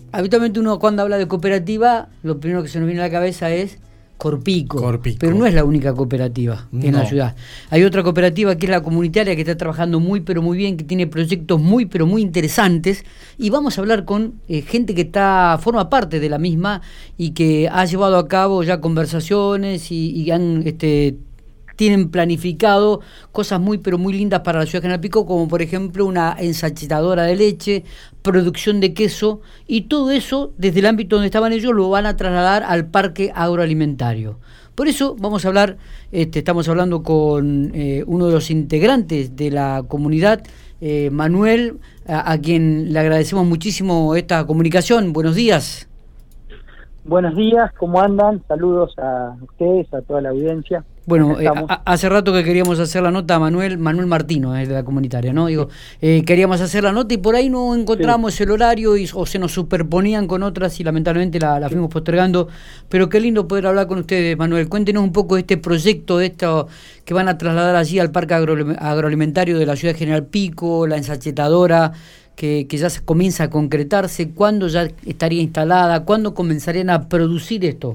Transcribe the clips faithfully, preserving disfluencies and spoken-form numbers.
Habitualmente uno cuando habla de cooperativa, lo primero que se nos viene a la cabeza es Corpico, Corpico. Pero no es la única cooperativa No. en la ciudad. Hay otra cooperativa que es la comunitaria, que está trabajando muy pero muy bien, que tiene proyectos muy pero muy interesantes, y vamos a hablar con eh, gente que está forma parte de la misma y que ha llevado a cabo ya conversaciones y, y han este tienen planificado cosas muy pero muy lindas para la ciudad de General Pico, como por ejemplo una ensachetadora de leche, producción de queso, y todo eso desde el ámbito donde estaban ellos lo van a trasladar al parque agroalimentario. Por eso vamos a hablar, este, estamos hablando con eh, uno de los integrantes de la comunidad, eh, Manuel, a, a quien le agradecemos muchísimo esta comunicación. Buenos días. Buenos días, ¿cómo andan? Saludos a ustedes, a toda la audiencia. Bueno, eh, a, hace rato que queríamos hacer la nota, Manuel Manuel Martino, es de la comunitaria, ¿no? Digo, eh, queríamos hacer la nota y por ahí no encontramos sí. el horario y, o se nos superponían con otras y lamentablemente la, la fuimos postergando. Pero qué lindo poder hablar con ustedes, Manuel. Cuéntenos un poco de este proyecto, de esto que van a trasladar allí al parque agro, agroalimentario de la ciudad de General Pico, la ensachetadora, que, que ya se comienza a concretarse. ¿Cuándo ya estaría instalada? ¿Cuándo comenzarían a producir esto?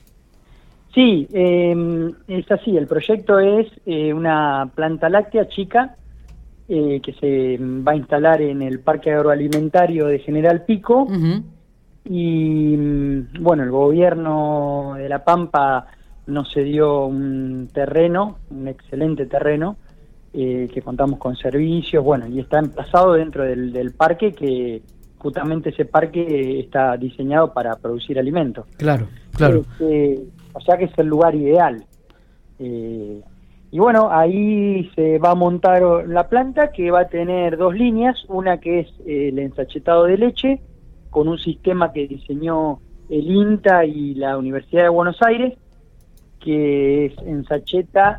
Sí, eh, es así, el proyecto es eh, una planta láctea chica eh, que se va a instalar en el Parque Agroalimentario de General Pico. Uh-huh. Y bueno, el gobierno de La Pampa nos cedió un terreno, un excelente terreno, eh, que contamos con servicios, bueno, y está emplazado dentro del, del parque, que justamente ese parque está diseñado para producir alimentos. Claro, claro. Eh, O sea que es el lugar ideal. Eh, y bueno, ahí se va a montar la planta, que va a tener dos líneas, una que es eh, el ensachetado de leche, con un sistema que diseñó el INTA y la Universidad de Buenos Aires, que es ensacheta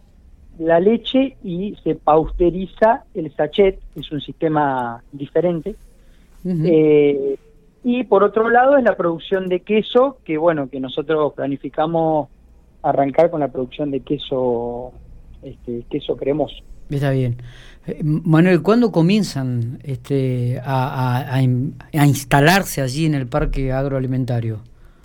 la leche y se pasteuriza el sachet, es un sistema diferente. Uh-huh. Eh, Y por otro lado es la producción de queso, que bueno, que nosotros planificamos arrancar con la producción de queso, este, queso cremoso. Está bien. Eh, Manuel, ¿cuándo comienzan este, a, a, a instalarse allí en el parque agroalimentario?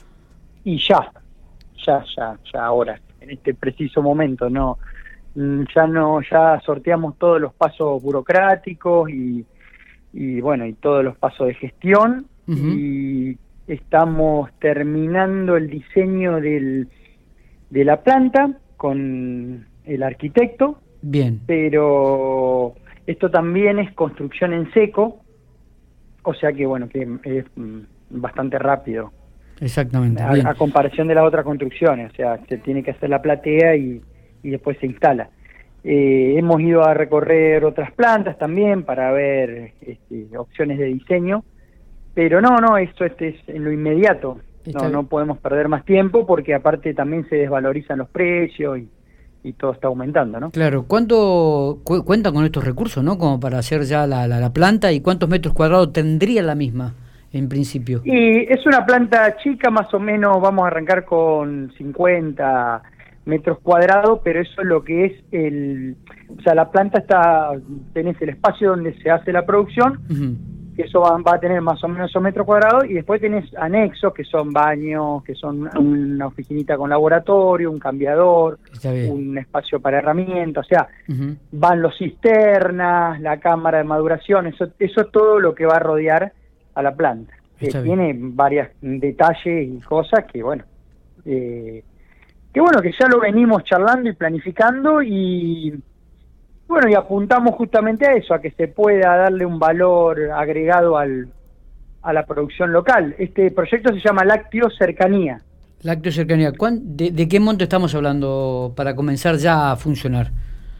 Y ya, ya, ya, ya ahora, en este preciso momento, no, ya no, ya sorteamos todos los pasos burocráticos y, y bueno, y todos los pasos de gestión. Uh-huh. Y estamos terminando el diseño del, de la planta con el arquitecto. Bien. Pero esto también es construcción en seco, o sea que bueno, que es bastante rápido. Exactamente. A, a comparación de las otras construcciones, o sea, se tiene que hacer la platea y, y después se instala. Eh, hemos ido a recorrer otras plantas también para ver este, opciones de diseño. Pero no, no, esto este es en lo inmediato, no, no podemos perder más tiempo porque aparte también se desvalorizan los precios y, y todo está aumentando, ¿no? Claro, ¿cuánto cu- cuentan con estos recursos, no? Como para hacer ya la, la, la planta, y cuántos metros cuadrados tendría la misma en principio. Y es una planta chica, más o menos vamos a arrancar con cincuenta metros cuadrados, pero eso es lo que es el, o sea, la planta está, tenés el espacio donde se hace la producción. Uh-huh. Eso va, va a tener más o menos esos metros cuadrados, y después tenés anexos, que son baños, que son una oficinita con laboratorio, un cambiador, un espacio para herramientas, o sea, uh-huh. van los cisternas, la cámara de maduración, eso, eso es todo lo que va a rodear a la planta. Eh, tiene varios detalles y cosas que, bueno, eh, que bueno, que ya lo venimos charlando y planificando, y bueno, y apuntamos justamente a eso, a que se pueda darle un valor agregado al, a la producción local. Este proyecto se llama Lácteo Cercanía. Lácteo Cercanía. ¿De, ¿De qué monto estamos hablando para comenzar ya a funcionar?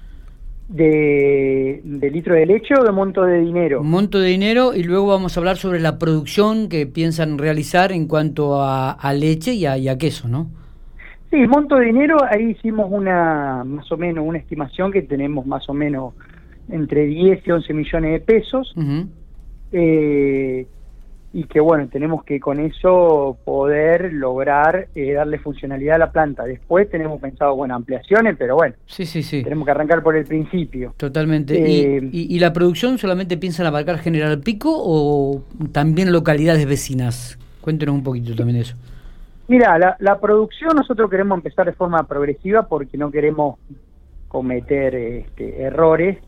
De, ¿De litro de leche o de monto de dinero? Monto de dinero, y luego vamos a hablar sobre la producción que piensan realizar en cuanto a, a leche y a, y a queso, ¿no? Sí, monto de dinero, ahí hicimos una, más o menos, una estimación que tenemos más o menos entre diez y once millones de pesos. Uh-huh. Eh, y que bueno, tenemos que con eso poder lograr eh, darle funcionalidad a la planta. Después tenemos pensado, bueno, ampliaciones, pero bueno, sí, sí, sí. tenemos que arrancar por el principio. Totalmente. Eh, ¿Y, y, ¿Y la producción solamente piensan abarcar General Pico o también localidades vecinas? Cuéntenos un poquito también eso. Mira, la, la producción nosotros queremos empezar de forma progresiva porque no queremos cometer este, errores,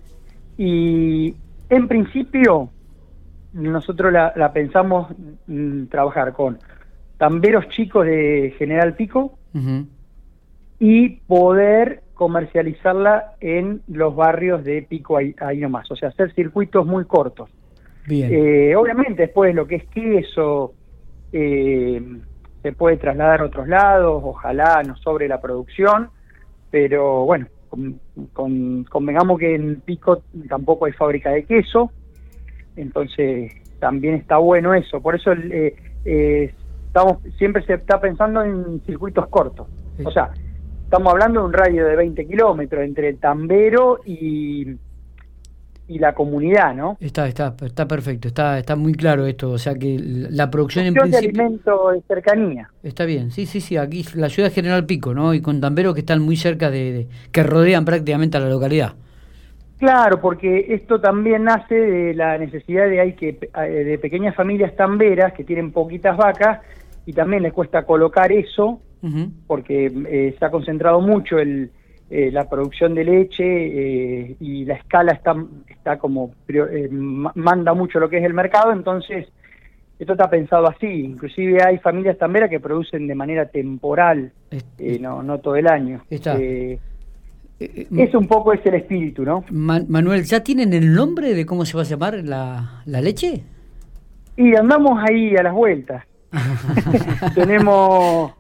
y en principio nosotros la, la pensamos mm, trabajar con tamberos chicos de General Pico, uh-huh, y poder comercializarla en los barrios de Pico ahí, ahí nomás, o sea, hacer circuitos muy cortos. Bien. Eh, obviamente después lo que es queso eh, se puede trasladar a otros lados, ojalá nos sobre la producción, pero bueno, con, con, convengamos que en Pico tampoco hay fábrica de queso, entonces también está bueno eso. Por eso eh, eh, estamos siempre se está pensando en circuitos cortos. Sí. O sea, estamos hablando de un radio de veinte kilómetros entre el tambero y, y la comunidad, ¿no? Está, está, está perfecto, está, está muy claro esto. O sea que la producción en principio principio... de alimento de cercanía. Está bien, sí, sí, sí. Aquí la ciudad de General Pico, ¿no? Y con tamberos que están muy cerca de, de que rodean prácticamente a la localidad. Claro, porque esto también nace de la necesidad de hay que de pequeñas familias tamberas que tienen poquitas vacas y también les cuesta colocar eso, uh-huh, porque eh, se ha concentrado mucho el, eh, la producción de leche eh, y la escala está está como eh, manda mucho lo que es el mercado, entonces esto está pensado así. Inclusive hay familias tamberas que producen de manera temporal, eh, no no todo el año. Está. Eh, Es un poco es el espíritu, ¿no? Man, Manuel, ¿ya tienen el nombre de cómo se va a llamar la, la leche? Y andamos ahí a las vueltas. Tenemos...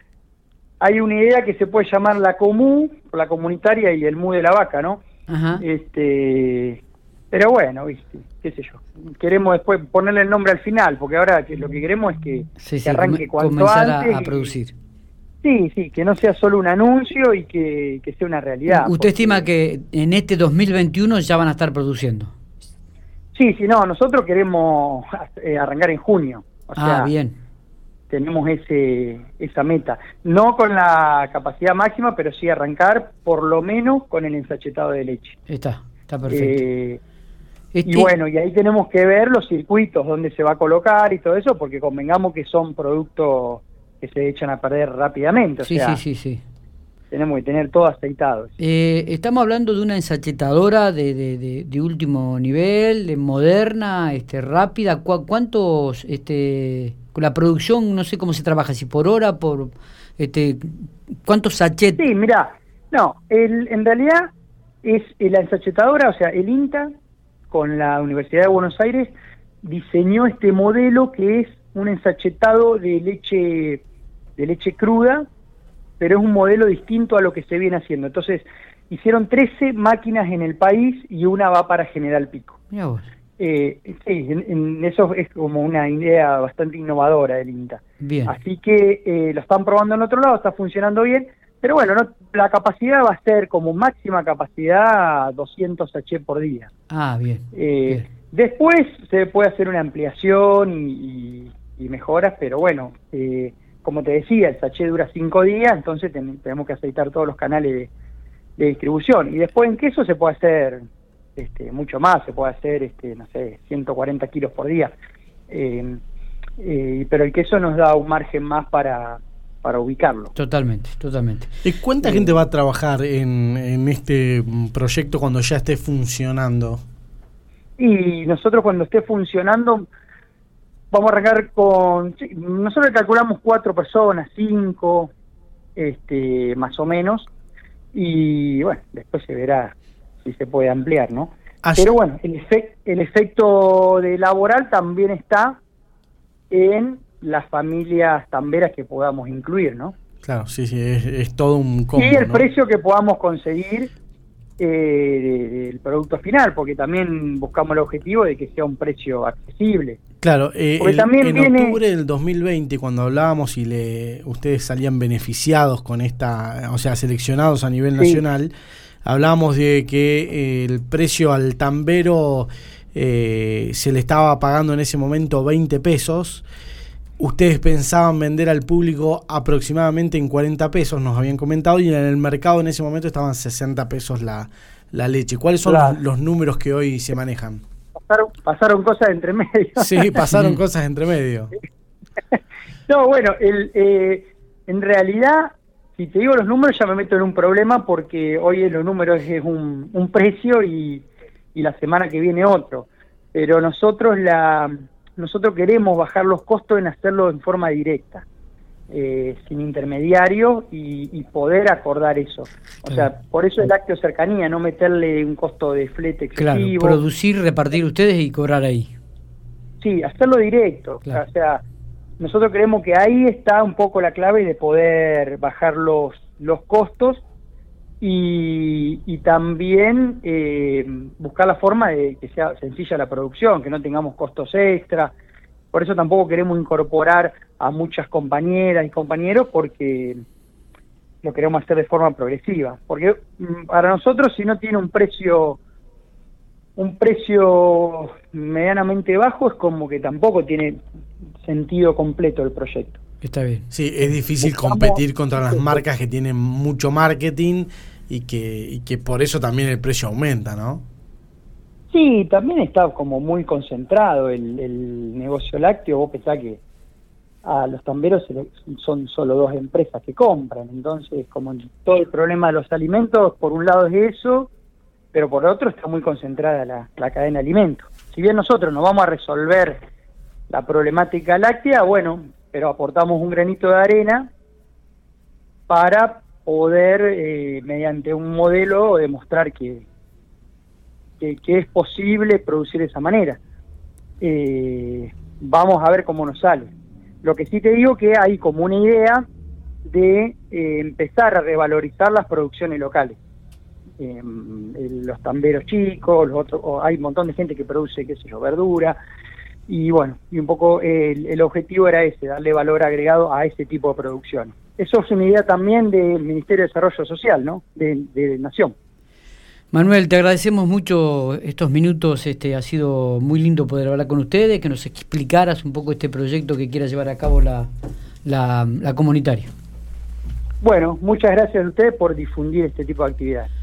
Hay una idea que se puede llamar la comú, la comunitaria, y el mu de la vaca, ¿no? Ajá. Este, pero bueno, viste, qué sé yo. Queremos después ponerle el nombre al final, porque ahora que lo que queremos es que, sí, sí, que arranque com- cuanto antes. A, a producir. Y, Sí, sí, que no sea solo un anuncio y que, que sea una realidad. ¿Usted porque... estima que en este dos mil veintiuno ya van a estar produciendo? Sí, sí, no, nosotros queremos eh, arrancar en junio. O ah, sea, bien. Tenemos ese esa meta. No con la capacidad máxima, pero sí arrancar por lo menos con el ensachetado de leche. Está, está perfecto. Eh, este... Y bueno, y ahí tenemos que ver los circuitos, dónde se va a colocar y todo eso, porque convengamos que son productos que se echan a perder rápidamente, o sí, sea, sí, sí, sí. tenemos que tener todo aceitado. Eh, estamos hablando de una ensachetadora de, de, de, de último nivel, de moderna, este, rápida. ¿Cu ¿Cuántos, este, la producción, no sé cómo se trabaja, si por hora, por, este, cuántos sachets? Sí, mirá, no, el, en realidad es la ensachetadora, o sea, el INTA con la Universidad de Buenos Aires diseñó este modelo que es un ensachetado de leche de leche cruda, pero es un modelo distinto a lo que se viene haciendo. Entonces, hicieron trece máquinas en el país y una va para General Pico. Mirá vos. Eh, sí, en, en eso es como una idea bastante innovadora del INTA. Bien. Así que eh, lo están probando en otro lado, está funcionando bien, pero bueno, no, la capacidad va a ser como máxima capacidad doscientos sachets por día. Ah, bien. Eh, bien. Después se puede hacer una ampliación y, y, y mejoras, pero bueno, eh, como te decía, el sachet dura cinco días, entonces ten, tenemos que aceitar todos los canales de, de distribución. Y después en queso se puede hacer este, mucho más, se puede hacer, este, no sé, ciento cuarenta kilos por día. Eh, eh, pero el queso nos da un margen más para, para ubicarlo. Totalmente, totalmente. ¿Y cuánta eh, gente va a trabajar en, en este proyecto cuando ya esté funcionando? Y nosotros cuando esté funcionando vamos a arrancar con, sí, nosotros calculamos cuatro personas, cinco, este, más o menos, y bueno, después se verá si se puede ampliar, ¿no? Así. Pero bueno, el, efect, el efecto de laboral también está en las familias tamberas que podamos incluir, ¿no? Claro, sí, sí, es, es todo un combo, y el ¿no? precio que podamos conseguir eh, del producto final, porque también buscamos el objetivo de que sea un precio accesible. Claro, eh, el, también en viene... octubre del dos mil veinte, cuando hablábamos y le ustedes salían beneficiados con esta, o sea, seleccionados a nivel sí. nacional, hablábamos de que eh, el precio al tambero eh, se le estaba pagando en ese momento veinte pesos. Ustedes pensaban vender al público aproximadamente en cuarenta pesos, nos habían comentado, y en el mercado en ese momento estaban sesenta pesos la, la leche. ¿Cuáles son claro. los, los números que hoy se manejan? Pasaron, pasaron cosas entre medio. Sí, pasaron cosas entre medio. No, bueno, el, eh, en realidad, si te digo los números ya me meto en un problema, porque hoy los números es un, un precio y, y la semana que viene otro. Pero nosotros la nosotros queremos bajar los costos en hacerlo en forma directa, eh, sin intermediario, y, y poder acordar eso. O sea, por eso el lácteo cercanía, no meterle un costo de flete excesivo. Claro, producir, repartir ustedes y cobrar ahí. Sí, hacerlo directo. Claro. O sea, nosotros creemos que ahí está un poco la clave de poder bajar los, los costos y, y también eh, buscar la forma de que sea sencilla la producción, que no tengamos costos extra. Por eso tampoco queremos incorporar a muchas compañeras y compañeros, porque lo queremos hacer de forma progresiva. Porque para nosotros, si no tiene un precio un precio medianamente bajo, es como que tampoco tiene sentido completo el proyecto. Está bien. Sí, es difícil Estamos, competir contra las marcas que tienen mucho marketing y que, y que por eso también el precio aumenta, ¿no? Sí, también está como muy concentrado el, el negocio lácteo. Vos pensás que a los tamberos son solo dos empresas que compran, entonces como todo el problema de los alimentos, por un lado es eso, pero por otro está muy concentrada la, la cadena de alimentos. Si bien nosotros no vamos a resolver la problemática láctea, bueno, pero aportamos un granito de arena para poder, eh, mediante un modelo, demostrar que, que, que es posible producir de esa manera. Eh, vamos a ver cómo nos sale. Lo que sí te digo que hay como una idea de eh, empezar a revalorizar las producciones locales. Eh, los tamberos chicos, los otros, hay un montón de gente que produce, qué sé yo, verdura, y bueno, y un poco el, el objetivo era ese, darle valor agregado a ese tipo de producción. Eso es una idea también del Ministerio de Desarrollo Social, ¿no? De, de Nación. Manuel, te agradecemos mucho estos minutos, este ha sido muy lindo poder hablar con ustedes, que nos explicaras un poco este proyecto que quiera llevar a cabo la, la, la comunitaria. Bueno, muchas gracias a ustedes por difundir este tipo de actividades.